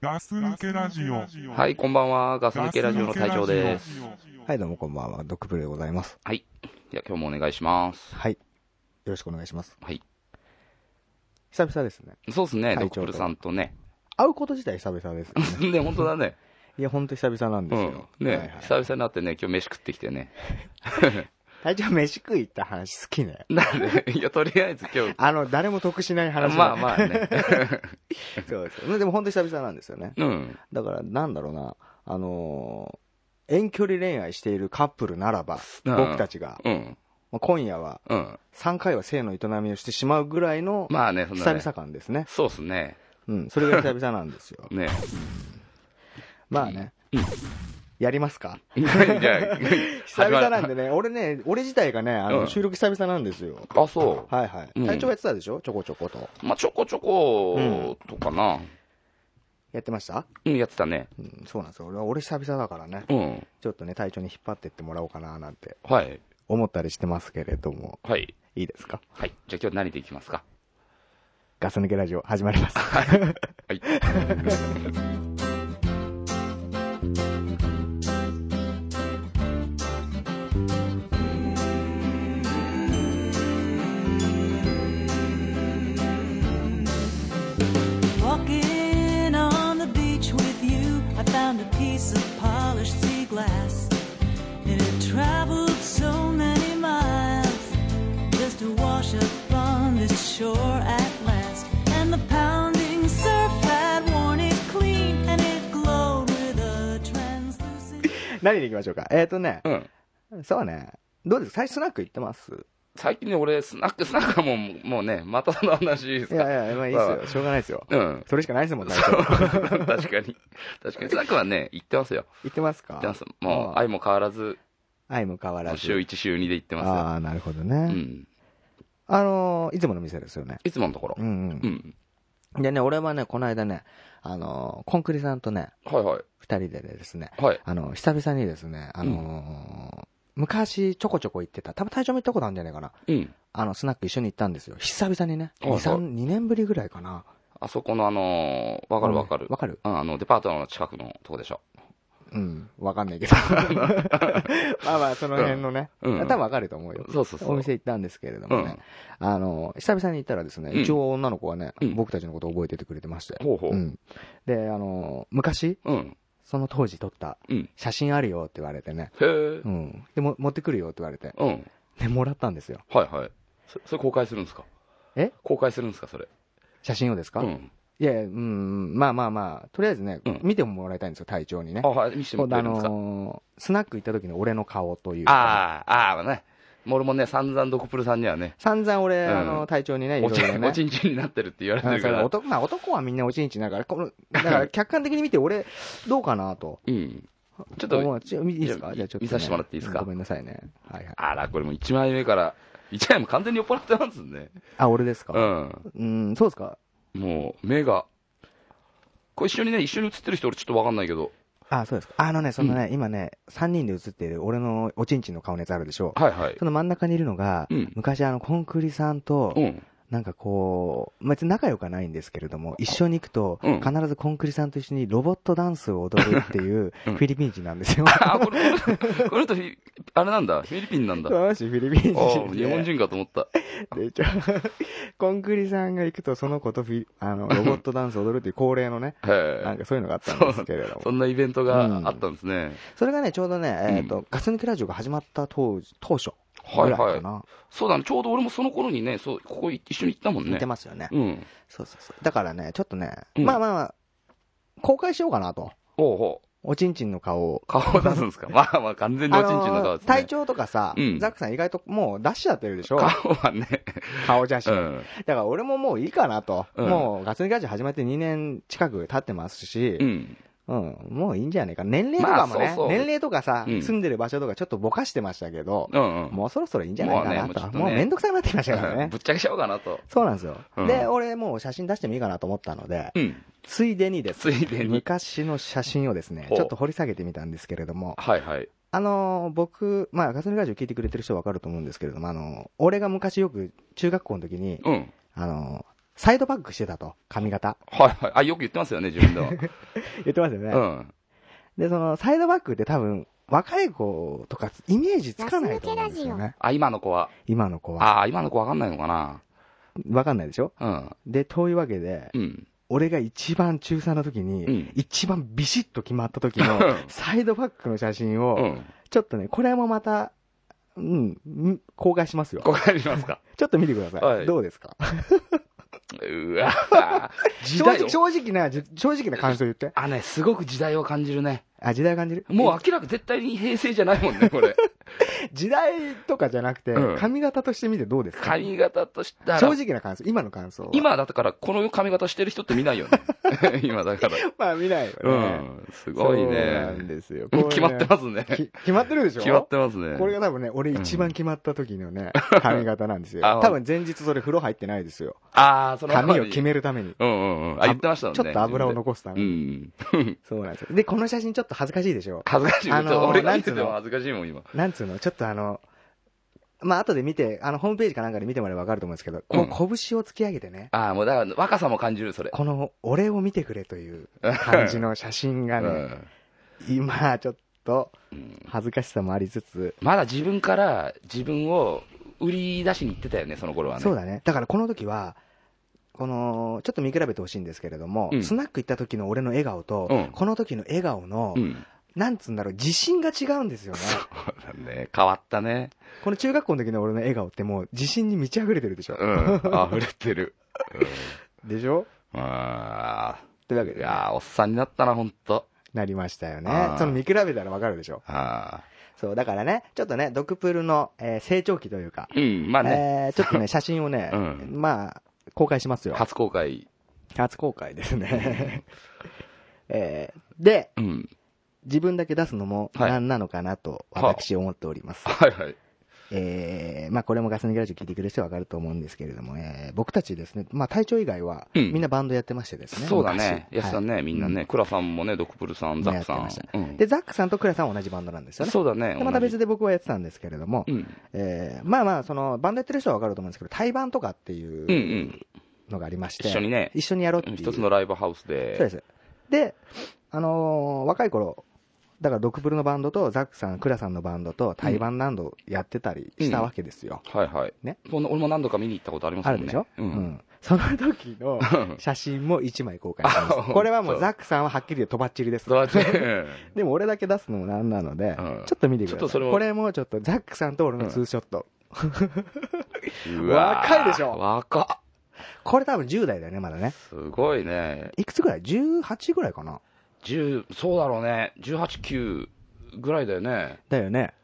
ガス抜けラジオ。 はい、こんばんは。ガス抜けラジオの隊長です。 はい、どうもこんばんは。ドッグブルでございます。 はい。じゃあ今日もお願いします。 はい。よろしくお願いします。 はい。 久々ですね。 そうですね、ドッグブルさんとね。 会うこと自体久々ですよね。 ね、本当だね。 いや、本当久々なんですよ。 ね、 はいはい、 久々になってね、今日飯食ってきてね。 隊長飯食い行った話好きね。 なんで、いや、とりあえず今日。 誰も得しない話。 まあまあね。 そうですよ。でも本当久々なんですよね。 うん。 だから、なんだろうな、遠距離恋愛しているカップルならば、僕たちが、今夜は、3回は性の営みをしてしまうぐらいの、 まあね、 久々感ですね。 そうですね。 それが久々なんですよ。 ね。 まあね。やりますか？ じゃあ久々なんでね、俺自体がね、収録久々なんですよ。 あ、そう。 はいはい。隊長やってたでしょ？ちょこちょこと。 まあ、ちょこちょことかな。 やってました？ やってたね。 そうなんですよ。俺久々だからね。ちょっとね、隊長に引っ張ってってもらおうかななんて。 はい。 思ったりしてますけれども。 はい。 いいですか？ はい。じゃあ今日何でいきますか？ ガス抜けラジオ始まります。 はい。 Walking on the beach with you, I found a piece of polished sea glass. It had traveled so many miles just to wash up on this shore at last. And the pounding surf had worn it clean, and it glowed with a translucent. 何でいきましょうか。そうね。どうですか？最初スナック行ってます？ 最近ね、俺、スナックはもうね、またその話ですか。 いや、まあいいですよ。しょうがないですよ。それしかないですもんね。 確かに。スナックはね、行ってますよ。 行ってますか？ 行ってます。もう、愛も変わらず。週1、週2で行ってますよ。 ああ、なるほどね。いつもの店ですよね。 いつものところ。 でね、俺はね、この間ね、コンクリさんとね、2人でですね、久々にですね、昔ちょこちょこ行ってた、多分隊長も行ったことあるんじゃないかな。スナック一緒に行ったんですよ。久々にね。2年ぶりぐらいかな。 あそこのわかる。 わかる？ デパートの近くのとこでしょ。 わかんないけど。まあ、その辺のね。多分わかると思うよ。 そう。 お店行ったんですけれどもね。久々に行ったらですね、一応女の子はね、僕たちのことを覚えててくれてまして。で、昔、その当時撮った写真あるよって言われてね。で、持ってくるよって言われて。で、もらったんですよ。 はい。それ公開するんですか？公開するんですか、それ。 写真をですか？いや、まあ、とりあえずね、見てもらいたいんですよ、隊長にね。 見せてもらえるんですか？ スナック行った時の俺の顔というか。ね。俺もね、散々ドクプルさんにはね。 散々俺、隊長にね、いろいろね。 おちんちんになってるって言われてるから。 男はみんなおちんちんだから、だから客観的に見て俺、どうかなと。 ちょっと、 いいですか？じゃあちょっと。 見させてもらっていいですか？ ごめんなさいね。 これも1枚目から、1枚目完全に酔っ払ってますね。 あ、俺ですか？そうですか？ もう、目が。これ一緒に写ってる人俺ちょっとわかんないけど。 あ、そうですか。今ね、3人で写っている俺のおちんちんの顔のやつあるでしょ。その真ん中にいるのが、昔コンクリさんと、なんかこう、別に仲良くはないんですけれども、一緒に行くと、必ずコンクリさんと一緒にロボットダンスを踊るっていうフィリピン人なんですよ。 これとあれなんだ、フィリピンなんだ。 そう、フィリピン人。 日本人かと思った。 で、コンクリさんが行くとその子とロボットダンスを踊るっていう恒例のね、なんかそういうのがあったんですけれども。 そんなイベントがあったんですね。 それがね、ちょうどね、ガス抜きラジオが始まった当初。ぐらいかな。 そうだね、ちょうど俺もその頃にね、ここ一緒に行ったもんね。 行ってますよね。そう。だからね、ちょっとね、まあ、公開しようかなと。おちんちんの顔を。 顔を出すんですか？まあ、完全におちんちんの顔ですね。 隊長とかさ、ザックさん意外ともう出しちゃってるでしょ？ 顔はね。 顔写真。だから俺ももういいかなと。もうガス抜きラジオ始まって2年近く経ってますし、もういいんじゃないか。年齢とかもね、年齢とかさ、住んでる場所とかちょっとぼかしてましたけど、もうそろそろいいんじゃないかなと。もうめんどくさくなってきましたからね。 ぶっちゃけしようかなと。 そうなんですよ。で、俺もう写真出してもいいかなと思ったので、ついでにですね、昔の写真をですね、ちょっと掘り下げてみたんですけれども、僕、まあガス抜きラジオ聞いてくれてる人はわかると思うんですけれども、俺が昔よく中学校の時に、 サイドバックしてたと、髪型。 はいはい。あ、よく言ってますよね、自分では。 言ってますよね。で、その、サイドバックって多分、若い子とかイメージつかないと思うんですよね。 あ、今の子は。 今の子は。 あ、今の子わかんないのかな。 わかんないでしょ。で、というわけで、俺が一番中3の時に、一番ビシッと決まった時のサイドバックの写真を、ちょっとね、これもまた、公開しますよ。 公開しますか。 ちょっと見てください。どうですか。 うわ正直な感想言って。 ね、すごく時代を感じるね。 時代を感じる。 もう明らか絶対に平成じゃないもんね、これ。 時代とかじゃなくて、髪型として見てどうですか。 髪型としたら。 正直な感想、今の感想。 今だから、この髪型してる人って見ないよね。今だから。 まあ見ないよね。 すごいね。 そうなんですよ。 決まってますね。 決まってるでしょ。 決まってますね。 これが多分ね、俺一番決まった時のね、髪型なんですよ。多分前日それ風呂入ってないですよ。 その髪を決めるために。 言ってましたもんね。 ちょっと油を残すために。そうなんですよ。で、この写真ちょっと恥ずかしいでしょ。 恥ずかしい。俺が見てても恥ずかしいもん、今。 なんつうの、ちょっとまあ、後で見て、ホームページかなんかで見てもらえばわかると思うんですけど、この拳を突き上げてね。 もうだから若さも感じる、それ。 この、俺を見てくれという感じの写真がね、今、ちょっと、恥ずかしさもありつつ。 まだ自分から自分を売り出しに行ってたよね、その頃はね。 そうだね。だからこの時は、ちょっと見比べてほしいんですけれども、スナック行った時の俺の笑顔と、この時の笑顔の、なんつうんだろう、自信が違うんですよね。 そうだね。変わったね。 この中学校の時の俺の笑顔ってもう自信に満ち溢れてるでしょ。 溢れてる。 でしょ。というわけで、 いやおっさんになったな、ほんと。 なりましたよね。その見比べたらわかるでしょ。そう、だからね、ちょっとね、ドクプルの、成長期というか、 まあね。 ちょっとね、写真をね、まあ、公開しますよ。 初公開ですね。で、自分だけ出すのも何なのかなと私思っております。 はいはい。 まあこれもガス抜きラジオ聞いてくれる人はわかると思うんですけれども、僕たちですね、まあ隊長以外はみんなバンドやってましてですね。 そうだね。安さんね、みんなね、クラさんもね、ドクプルさん、ザックさん。 で、ザックさんとクラさんは同じバンドなんですよね。 そうだね。 また別で僕はやってたんですけれども、まあまあ、そのバンドやってる人はわかると思うんですけど、対バンとかっていうのがありまして、 一緒にね、 一緒にやろうっていう。 一つのライブハウスで。 そうです。で、若い頃、だからドクプルのバンドとザックさん、クラさんのバンドと対バン何度やってたりしたわけですよ。 はいはい。 ね。 俺も何度か見に行ったことありますもんね。 あるでしょ。その時の写真も1枚公開します。これはもうザックさんははっきり言ってとばっちりです。でも俺だけ出すのもなんなので、ちょっと見てください。これもちょっとザックさんと俺のツーショット。若いでしょ。 若っ。 これ多分10代だよね、まだね。 すごいね。 いくつぐらい ?18 ぐらいかな。 そうだろうね。18、9ぐらいだよね。 だよね。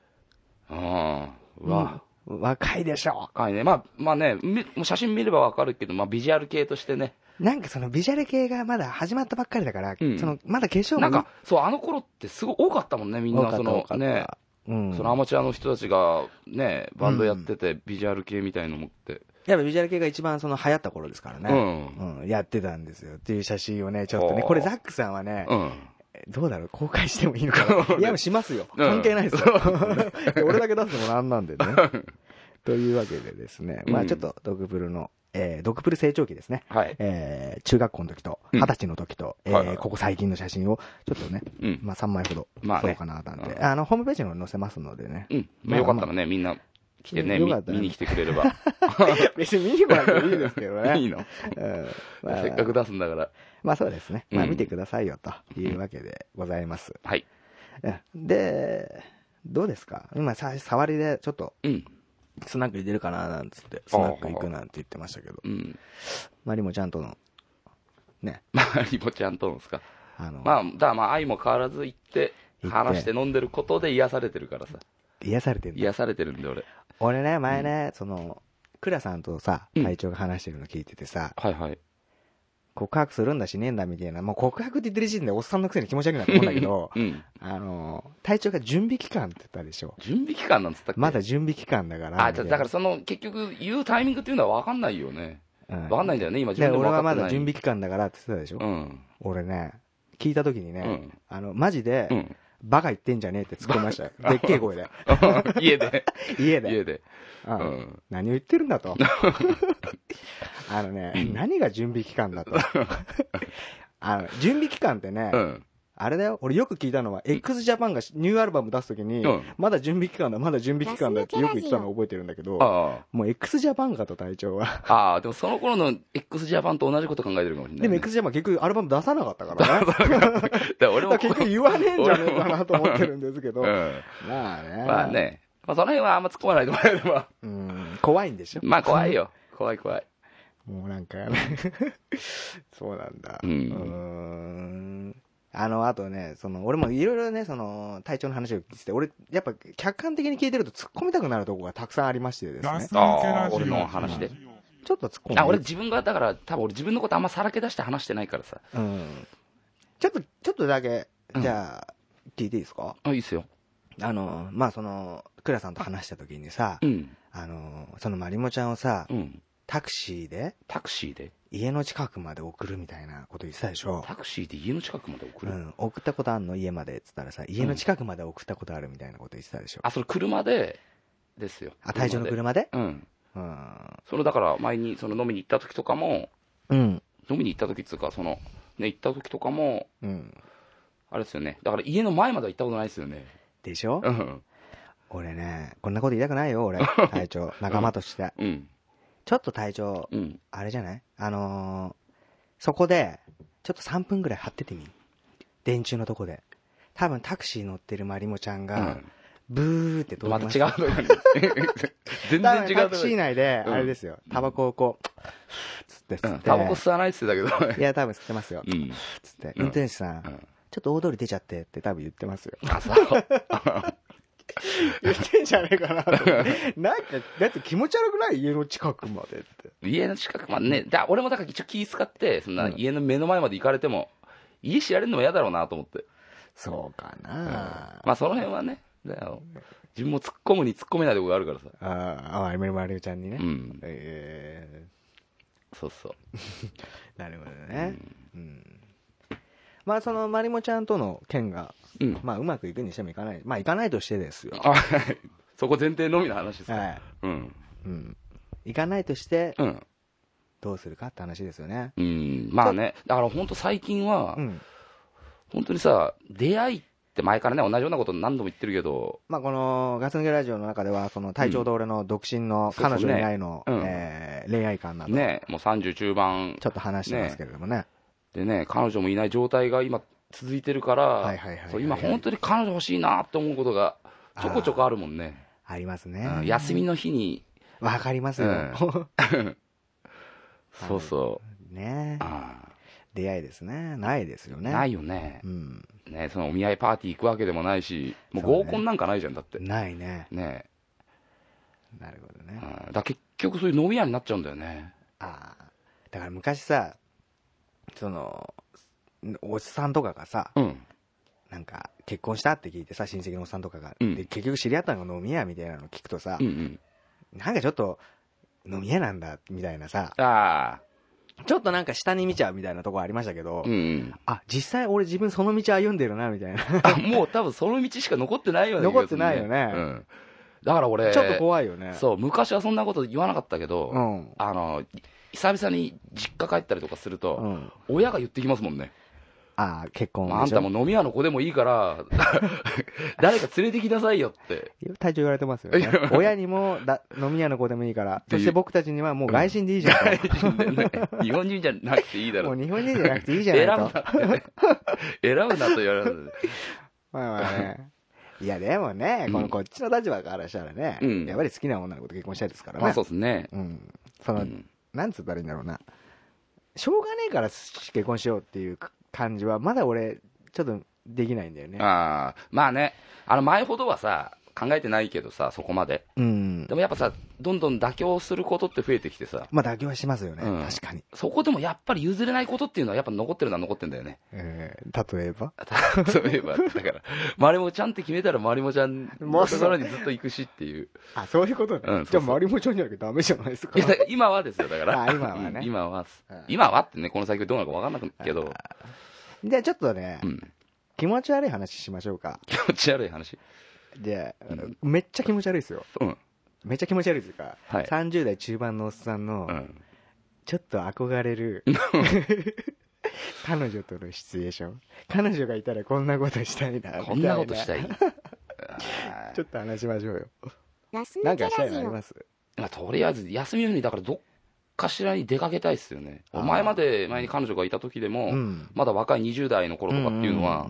若いでしょ。 若いね。まあね、写真見ればわかるけど、まあビジュアル系としてね。 なんかそのビジュアル系がまだ始まったばっかりだから、まだ化粧もなんか、そう、あの頃ってすごい多かったもんね、みんな。そのね、そのアマチュアの人たちがね、バンドやってて、ビジュアル系みたいの持って。 やっぱビジュアル系が一番その流行った頃ですからね。やってたんですよ。っていう写真をね、ちょっとね、これザックさんはね、どうだろう、公開してもいいのかな。いや、しますよ。関係ないですよ。俺だけ出すのもなんなんでね。というわけでですね、まあちょっとドクプルの、ドクプル成長期ですね。中学校の時と、20歳の時と、ここ最近の写真を、ちょっとね、まあ3枚ほど、そうかな、なんで、ホームページに載せますのでね。 よかったらね、みんな、来てね、見に来てくれれば。 別に見に来なくていいですけどね。 いいのせっかく出すんだから。 まあそうですね。まあ見てくださいよ、というわけでございます。 はい。 で、どうですか今、触りでちょっと、スナックに出るかななんつって、スナック行くなんて言ってましたけど。マリモちゃんとの、ね。 マリモちゃんとのですか。まあ、愛も変わらず行って、話して飲んでることで癒されてるからさ。 癒されてる癒されてるんで、 俺ね、前ね、クラさんとさ、会長が話してるの聞いててさ、告白するんだしねえんだみたいな、もう告白って言ってる時点でおっさんのくせに気持ち悪いなと思うんだけど、隊長が準備期間って言ったでしょ。 準備期間なんつったっけ。 まだ準備期間だから。 だから結局言うタイミングっていうのは分かんないよね。分かんないんだよね、今自分でも分かってない。 俺はまだ準備期間だからって言ってたでしょ。俺ね、聞いた時にね、マジで、 バカ言ってんじゃねえって突っ込みましたよ。でっけえ声で。 家で。 家で。 家で。 何を言ってるんだと。何が準備期間だと。準備期間ってね、あれだよ、俺よく聞いたのは、x ジャパンがニューアルバム出すときに、まだ準備期間だ、まだ準備期間だってよく言ってたのを覚えてるんだけど、もう x ジャパンかと隊長は。 でもその頃の x ジャパンと同じこと考えてるかもしれない、ね。 でも x ジャパン結局アルバム出さなかったからね。俺も結局言わねえんじゃねえかなと思ってるんですけど。まあね。 まあね。その辺はあんま突っ込まないでもらえれば。 怖いんでしょ。 まあ怖いよ。怖い。 もうなんかね。そうなんだ。あとね、俺もいろいろね、体調の話を聞いてて、俺、やっぱ客観的に聞いてると突っ込みたくなるところがたくさんありましてですね。 俺の話で。 ちょっと突っ込んで。 俺自分が、だから、多分俺自分のことあんまさらけ出して話してないからさ。 ちょっとだけ、じゃあ、聞いていいですか？ いいっすよ。 クラさんと話した時にさ、まりもちゃんをさ、タクシーで家の近くまで送るみたいなこと言ってたでしょ。 タクシーで家の近くまで送る？ 送ったことあんの家までっつったらさ、家の近くまで送ったことあるみたいなこと言ってたでしょ。 それ車でですよ。 隊長の車で？ だから前に飲みに行った時とかも、飲みに行った時っつうか、行った時とかも、あれですよね。だから家の前までは行ったことないですよね。 でしょ？俺ね、こんなこと言いたくないよ、俺。隊長。仲間として。ちょっと隊長、あれじゃない？そこで、ちょっと3分ぐらい張っててみ。電柱のとこで。多分タクシー乗ってるまりもちゃんが、ブーって通りました。 また違うのに。全然違う。 タクシー内で、あれですよ。タバコをこう、つって吸って。 タバコ吸わないっすだけど。 いや、多分吸ってますよ。つって。運転手さん、ちょっと大通り出ちゃってって多分言ってますよ。 そう。 言ってんじゃねえかなと。なんか、だって気持ち悪くない？家の近くまでって。 家の近くまでね。俺もだから一応気使って、そんな家の目の前まで行かれても、家知られるのも嫌だろうなと思って。 そうかな。 まあその辺はね、自分も突っ込むに突っ込めないとこがあるからさ。 まりもちゃんにね。 そうそう。 なるほどね。まりもちゃんとの件が、うまくいくにしてもいかない。いかないとしてですよ。 そこ前提のみの話ですか。 いかないとして、どうするかって話ですよね。 まあね、だから本当最近は、本当にさ、出会いって前からね、同じようなこと何度も言ってるけど、 このガス抜けラジオの中では、隊長と俺の独身の彼女以外の恋愛観など、 ね、もう30中盤、 ちょっと話してますけれどもね。 でね、彼女もいない状態が今続いてるから、今本当に彼女欲しいなって思うことがちょこちょこあるもんね。 ありますね。 休みの日に。 わかりますよ。 そうそう。 ね出会いですね。ないですよね。 ないよね。ね、そのお見合いパーティー行くわけでもないし、もう合コンなんかないじゃん、だって。 ないね。 ね。 なるほどね。 だ結局そういう飲み屋になっちゃうんだよね。 だから昔さ、おっさんとかがさ、なんか結婚したって聞いてさ、親戚のおっさんとかが、で結局知り合ったのが飲み屋みたいなの聞くとさ、なんかちょっと飲み屋なんだみたいなさ、ちょっとなんか下に見ちゃうみたいなとこありましたけど、実際俺自分その道歩んでるなみたいな。 もう多分その道しか残ってないよね。 残ってないよね。 だから俺、 ちょっと怖いよね。 そう、昔はそんなこと言わなかったけど、久々に実家帰ったりとかすると、親が言ってきますもんね。 結婚。 あんたも飲み屋の子でもいいから、誰か連れてきなさいよって。 隊長言われてますよね。親にも飲み屋の子でもいいから、そして僕たちにはもう外人でいいじゃん。 日本人じゃなくていいだろ。 もう日本人じゃなくていいじゃないか。 選ぶなと言われる。 まあね。いやでもね、こっちの立場からしたらね、やっぱり好きな女の子と結婚したいですからね。 そうですね。 なんつったらいいんだろうな。しょうがねえから結婚しようっていう感じは、まだ俺、ちょっとできないんだよね。 まあね、前ほどはさ、考えてないけどさ、そこまで。でもやっぱさ、どんどん妥協することって増えてきてさ。 妥協はしますよね、確かに。 そこでもやっぱり譲れないことっていうのはやっぱ残ってるのは残ってるんだよね。 例えばだから、 まりもちゃんって決めたらまりもちゃんのところにずっと行くしっていう。 そういうことね。じゃあまりもちゃんじゃなきゃダメじゃないですか。 今はですよ、だから。 今はね。 今はってね、この先どうなるか分かんないけど。 じゃあちょっとね、 気持ち悪い話しましょうか。 気持ち悪い話。 で、めっちゃ気持ち悪いですよ。めっちゃ気持ち悪いですか、はい、30代中盤のおっさんの、ちょっと憧れる彼女とのシチュエーション。彼女がいたらこんなことしたいな。 こんなことしたいちょっと話しましょうよ。なんかしたいのあります？ とりあえず休みの日にだからどっかしらに出かけたいですよね。前に彼女がいた時でも、まだ若い20代の頃とかっていうのは、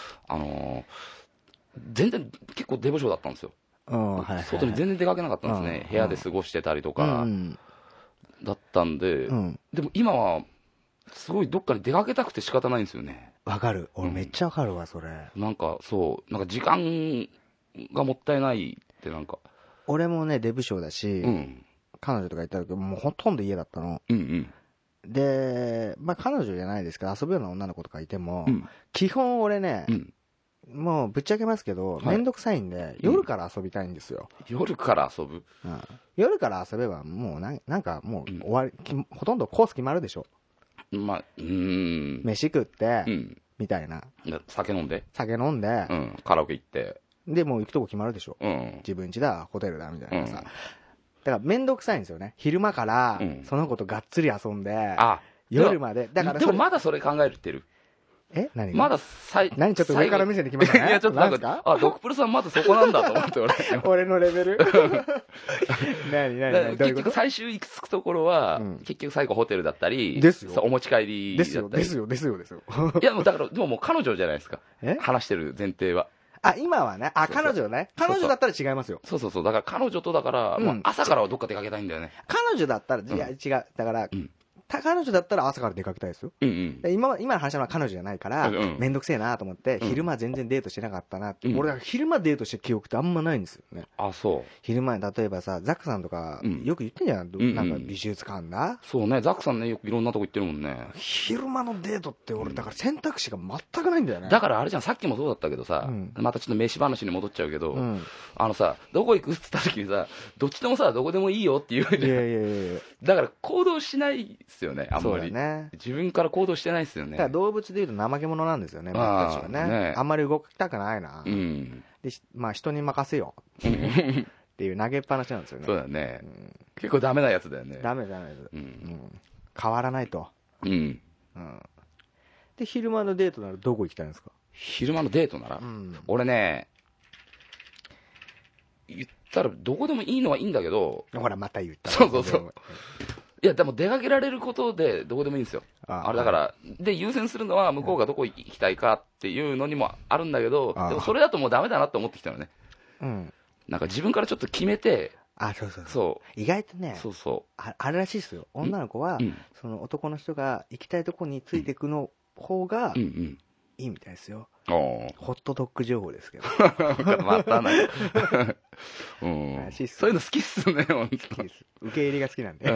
全然結構デブ症だったんですよ。外に全然出かけなかったんですね。部屋で過ごしてたりとかだったんで、でも今はすごいどっかに出かけたくて仕方ないんですよね。 わかる。俺めっちゃわかるわ、それ。 なんか時間がもったいないってなんか。 俺もね、デブ症だし、彼女とかいた時もうほとんど家だったの。で、まあ彼女じゃないですけど、遊ぶような女の子とかいても、基本俺ね、もうぶっちゃけますけど、めんどくさいんで、夜から遊びたいんですよ。 夜から遊ぶ？ 夜から遊べばもうなんかもう終わり、ほとんどコース決まるでしょ。まあ、飯食って、みたいな。 酒飲んで、 カラオケ行って。 で、もう行くとこ決まるでしょ。自分家だ、ホテルだ、みたいなさ。だからめんどくさいんですよね。昼間から、その子とがっつり遊んで、夜まで。 だからでもまだそれ考えてる。 何まだ何ちょっと上から見せてきましたね。 いや、ちょっとなんか、ドクプルさんまだそこなんだと思って俺のレベル何結局最終行き着くところは、結局最後ホテルだったり、お持ち帰りだったり。 ですよ。 いや、だから、でももう彼女じゃないですか。話してる前提は。 今はね。彼女ね。彼女だったら違いますよ。 そう。だから彼女とだから、朝からはどっか出かけたいんだよね。 彼女だったら、いや、違う。だから、彼女だったら朝から出かけたいですよ。今の話は彼女じゃないから、めんどくせえなと思って、昼間全然デートしてなかったなって。俺は昼間デートして記憶ってあんまないんですよね。 そう。 昼間、例えばさ、ザックさんとか、よく言ってんじゃん。なんか美術館だ。 そうね、ザックさんね、よくいろんなとこ行ってるもんね。 昼間のデートって俺、だから選択肢が全くないんだよね。 だからあれじゃん、さっきもそうだったけどさ、またちょっと飯話に戻っちゃうけど、どこ行くって言った時にさ、どっちでもさ、どこでもいいよって言うじゃん。 いや。 だから行動しないですよね、あんまり。自分から行動してないですよね。 だから動物でいうと怠け者なんですよね、僕たちはね。あんまり動きたくないな。で、まあ人に任せようっていう投げっぱなしなんですよね。 そうだね。結構ダメなやつだよね。 ダメ。変わらないと。で、昼間のデートならどこ行きたいんですか？ 昼間のデートなら俺ね、言ったらどこでもいいのはいいんだけど。 ほら、また言った。 そう。いや、でも出かけられることでどこでもいいんですよ。あれだから、で、優先するのは向こうがどこ行きたいかっていうのにもあるんだけど、でもそれだともうダメだなって思ってきたのね。なんか自分からちょっと決めて、 そう。意外とね、 そう。 あれらしいですよ。女の子は、その男の人が行きたいとこについていくの方がいいみたいですよ。ホットドッグ情報ですけど。 またないそういうの好きっすね、本当に。 受け入れが好きなんで。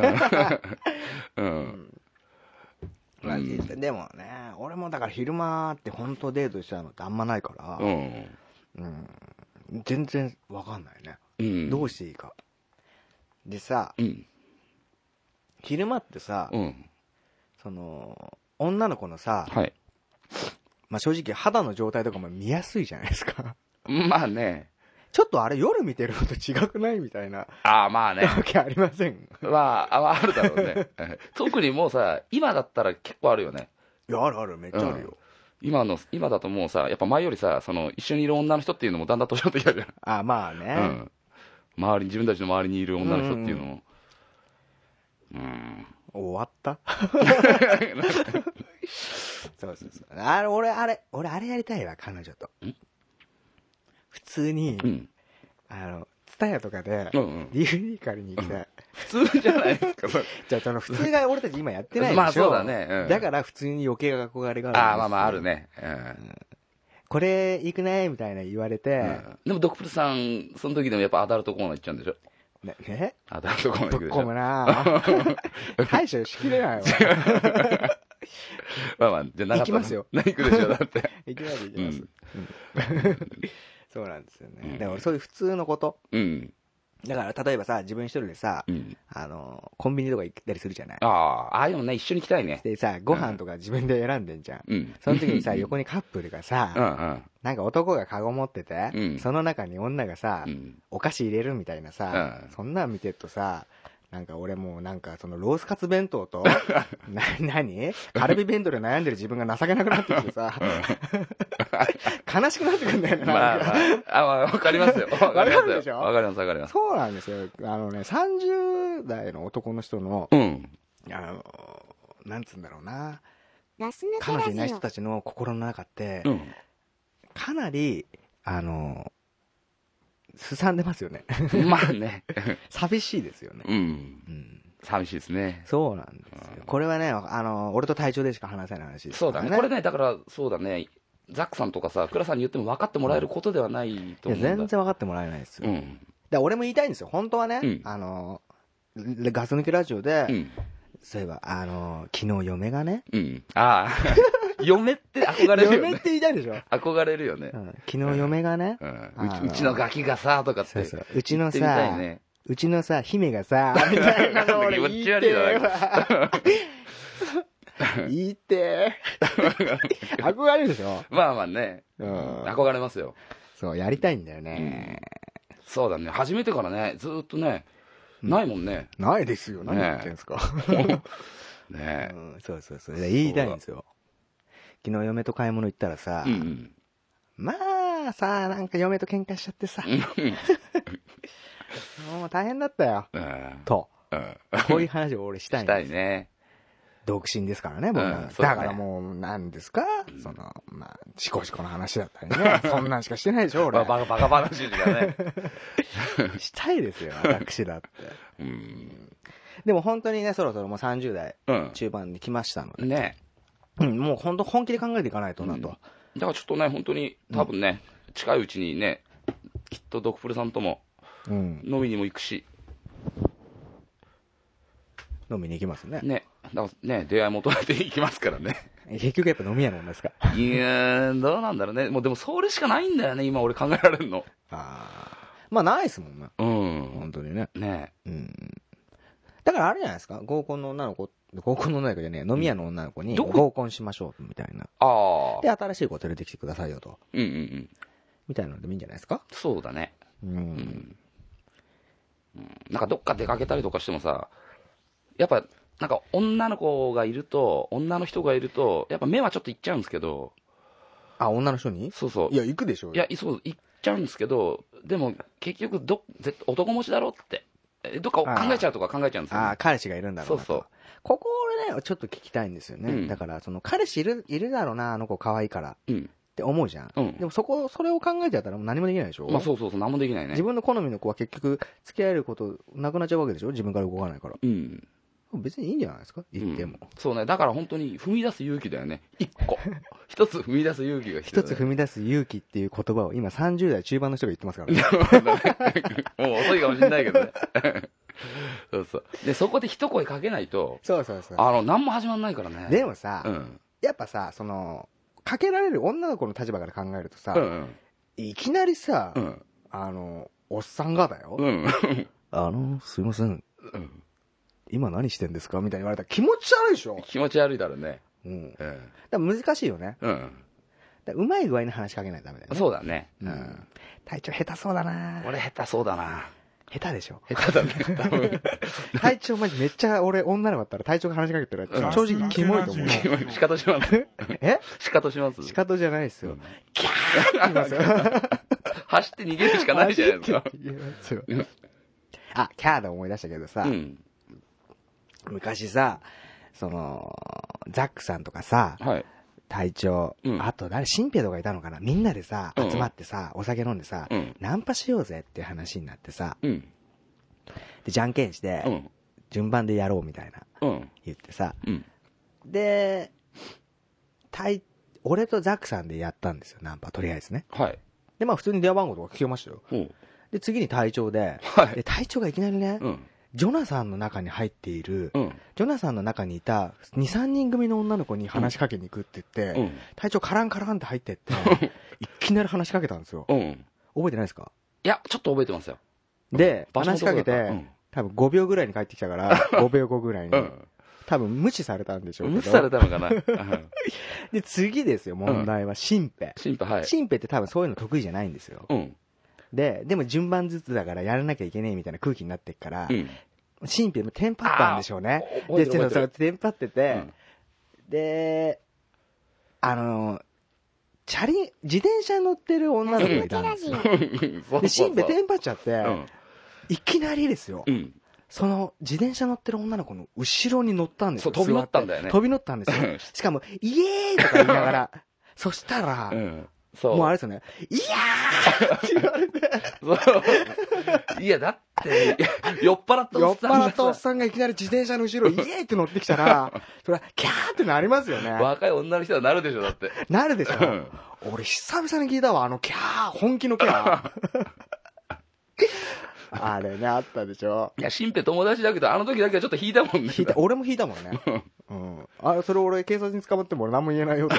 でもね、俺もだから昼間って本当デートしちゃうのってあんまないから、全然わかんないね。どうしていいか。でさ、昼間ってさ、その、女の子のさ、まあ正直肌の状態とかも見やすいじゃないですか。 まあね。 ちょっとあれ夜見てるのと違くないみたいな。 まあね。 わけありません。 あるだろうね。特にもうさ、今だったら結構あるよね。 いや、ある、めっちゃあるよ。 今だともうさ、やっぱ前よりさ、その一緒にいる女の人っていうのもだんだん年取ってきたじゃん。 まあね。 自分たちの周りにいる女の人っていうのも。 終わったそう。俺あれやりたいわ、彼女と。普通に、ツタヤとかで、DVD 借りに行きたい。 普通じゃないですか、 じゃあ、その普通が俺たち今やってないでしょ。 まあそうだね。 だから普通に余計憧れがある。 まああるね。 これ行くねみたいな言われて。 でもドクプルさん、その時でもやっぱアダルトコーナー行っちゃうんでしょ。 ねアダルトコーナー行くでしょ。 どっこもな対処しきれないわ。 じゃなかった。 行きますよ。 行くでしょ、だって。 行きます。そうなんですよね。でもそういう普通のことだから例えばさ、自分一人でさ、コンビニとか行ったりするじゃない。 ああいうのね、一緒に行きたいね。 でさ、ご飯とか自分で選んでんじゃん。その時にさ、横にカップルがさ、なんか男がカゴ持ってて、その中に女がさ、お菓子入れるみたいなさ、そんなん見てるとさ、なんか俺もうなんかそのロースカツ弁当と、何カルビ弁当で悩んでる自分が情けなくなってきてさ、悲しくなってくるんだよね。 わかりますよ。わかりますでしょ。わかりますわかります。 そうなんですよ。30代の男の人の、なんつうんだろうな。彼女いない人たちの心の中って、かなり、すさんでますよね。 まあね。 寂しいですよね。 寂しいですね。 そうなんですよ。これはね、俺と隊長でしか話せない話です。 そうだね。これね、だから、そうだね。ザックさんとかさ、倉さんに言っても分かってもらえることではないと思うんだ。 いや、全然分かってもらえないですよ。俺も言いたいんですよ。本当はね、ガス抜きラジオで、そういえば、昨日嫁がね。 嫁って憧れるよね。 嫁って言いたいでしょ。 憧れるよね。 昨日嫁がね。 うちのガキがさ、とかって。 うちのさ、うちのさ、姫がさ、みたいなの俺言って言って。憧れるでしょ。 まあまあね。憧れますよ。 そう、やりたいんだよね。 そうだね。初めてからね、ずっとね、ないもんね。 ないですよ。何言ってんすか。ねえ。そうそうそう。言いたいんですよ。昨日嫁と買い物行ったらさ、まあさ、なんか嫁と喧嘩しちゃってさ、もう大変だったよ。と。こういう話を俺したいんです。 したいね。 独身ですからね、僕は。だからもう、何ですかまあ、シコシコの話だったりね。そんなんしかしてないでしょ、俺。 バカ話だね。 したいですよ、私だって。でも本当にね、そろそろもう30代中盤に来ましたので。ね。もう本当本気で考えていかないとなと。 だからちょっとね、本当に、多分ね、近いうちにね、きっとドクプルさんとも、飲みにも行くし。 飲みに行きますね。 ね。だからね、出会い求めていきますからね。 結局やっぱ飲み屋なんですか。 いやー、どうなんだろうね。もうでもそれしかないんだよね、今俺考えられるの。 まあないですもんね。本当にね。 ね。 だからあれじゃないですか、合コンの女の子じゃねえ、飲み屋の女の子に合コンしましょうみたいな。で、新しい子連れてきてくださいよと。みたいなのでもいいんじゃないですか。 そうだね。なんかどっか出かけたりとかしてもさ、やっぱ、なんか女の人がいると、やっぱ目はちょっといっちゃうんですけど。 女の人に？ そうそう。 いや、行くでしょ。 いや、そう、行っちゃうんですけど、でも結局男持ちだろって。どっか考えちゃうとか考えちゃうんですよ、ね。 彼氏がいるんだろうなと。そうそう。ここ俺ね、ちょっと聞きたいんですよね。だから、彼氏いるだろうな、あの子可愛いから。って思うじゃん。でもそれを考えちゃったら何もできないでしょ。 まあそう、何もできないね。 自分の好みの子は結局、付き合えることなくなっちゃうわけでしょ。自分から動かないから。別にいいんじゃないですか、言っても。 そうね、だから本当に踏み出す勇気だよね。一つ踏み出す勇気が必要。 一つ踏み出す勇気っていう言葉を今30代中盤の人が言ってますからね。 もう遅いかもしれないけどね。そうそう。で、そこで一声かけないと、何も始まんないからね。 でもさ、やっぱさ、かけられる女の子の立場から考えるとさ、いきなりさ、おっさんがだよ。すいません。今何してんですかみたいに言われたら気持ち悪いでしょ。 気持ち悪いだろうね。 だから難しいよね。うまい具合に話しかけないとダメだよね。 そうだね。 隊長下手そうだな。 俺下手そうだな。 下手でしょ。 下手だね。 隊長マジめっちゃ俺女の子だったら隊長が話しかけてるら正直キモいと思う。 仕方します。仕方します。 仕方じゃないですよ。キャーって言いますよ。 走って逃げるしかないじゃないですか。 キャーで思い出したけどさ、昔さ、ザックさんとかさ、隊長、あと新兵とかいたのかな、みんなでさ、集まってさ、お酒飲んでさ、ナンパしようぜっていう話になってさ、で、じゃんけんして、順番でやろうみたいな、言ってさ、で、俺とザックさんでやったんですよ、ナンパ、とりあえずね。で、まあ普通に電話番号とか聞けましたよ。で、次に隊長で、隊長がいきなりね、ジョナサンの中に入っている、ジョナサンの中にいた2、3人組の女の子に話しかけに行くって言って、隊長カランって入ってって、いきなり話しかけたんですよ。覚えてないですか？ いや、ちょっと覚えてますよ。 で、話しかけて、多分5秒ぐらいに帰ってきたから、5秒後ぐらいに。多分無視されたんでしょうけど。 無視されたのかな。 で、次ですよ、問題は、シンペ。 シンペ、はい。 シンペって多分そういうの得意じゃないんですよ。でも順番ずつだからやらなきゃいけねえみたいな空気になってっから、シンペもテンパったんでしょうね。で、テンパってて、で、自転車乗ってる女の子がいたんですよ。で、シンペテンパっちゃって、いきなりですよ。その自転車乗ってる女の子の後ろに乗ったんですよ。 飛び乗ったんだよね。 飛び乗ったんですよ。しかも、イエーイとか言いながら、そしたら、もうあれですよね、イヤーって言われて。 いや、だって、酔っ払ったおっさんがいきなり自転車の後ろ、イエーイって乗ってきたら、それは、キャーってなりますよね。 若い女の人はなるでしょ、だって。 なるでしょ。俺、久々に聞いたわ、キャー、本気のキャー。あれね、あったでしょ。 いや、シンペ友達だけど、あの時だけはちょっと引いたもんね。 俺も引いたもんね。それ俺、警察に捕まっても俺何も言えないよと。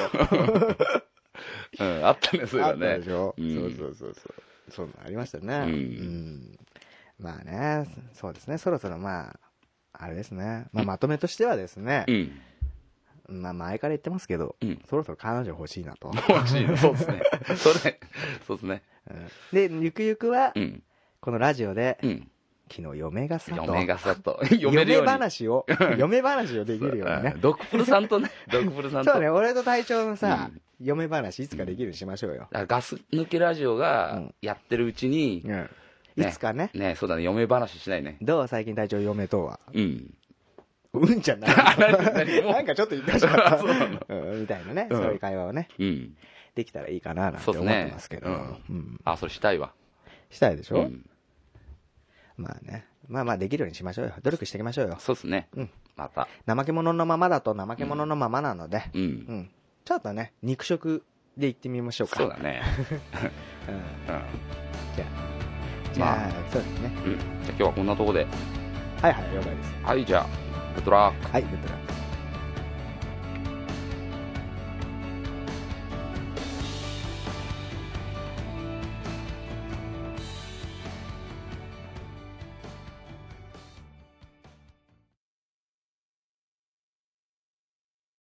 あったね、それはね。 あったでしょ。そうありましたね。まあね、そうですね、そろそろまあ、あれですね。まとめとしてはですね、前から言ってますけど、そろそろ彼女欲しいなと。 欲しい、そうですね。そうですね。 で、ゆくゆくは、このラジオで、昨日嫁がさと。嫁話をできるようにね。 ドクプルさんとね。 そうね、俺と隊長のさ、嫁話いつかできるようにしましょうよ。 ガス抜けラジオがやってるうちに、 いつかね。 そうだね、嫁話しないね。 どう最近隊長嫁とは。うんじゃない。なんかちょっと言ってほしかった。みたいなね、そういう会話をね。できたらいいかななんて思ってますけど。 それしたいわ。 したいでしょ。まあね。まあできるようにしましょうよ。努力していきましょうよ。 そうですね。また。 怠け者のままだと怠け者のままなので、ちょっとね、肉食でいってみましょうか。 そうだね。 じゃあ、そうですね。 じゃあ今日はこんなとこで。 はい、了解です。 はい、じゃあ、グッドラック。 はい、グッドラック。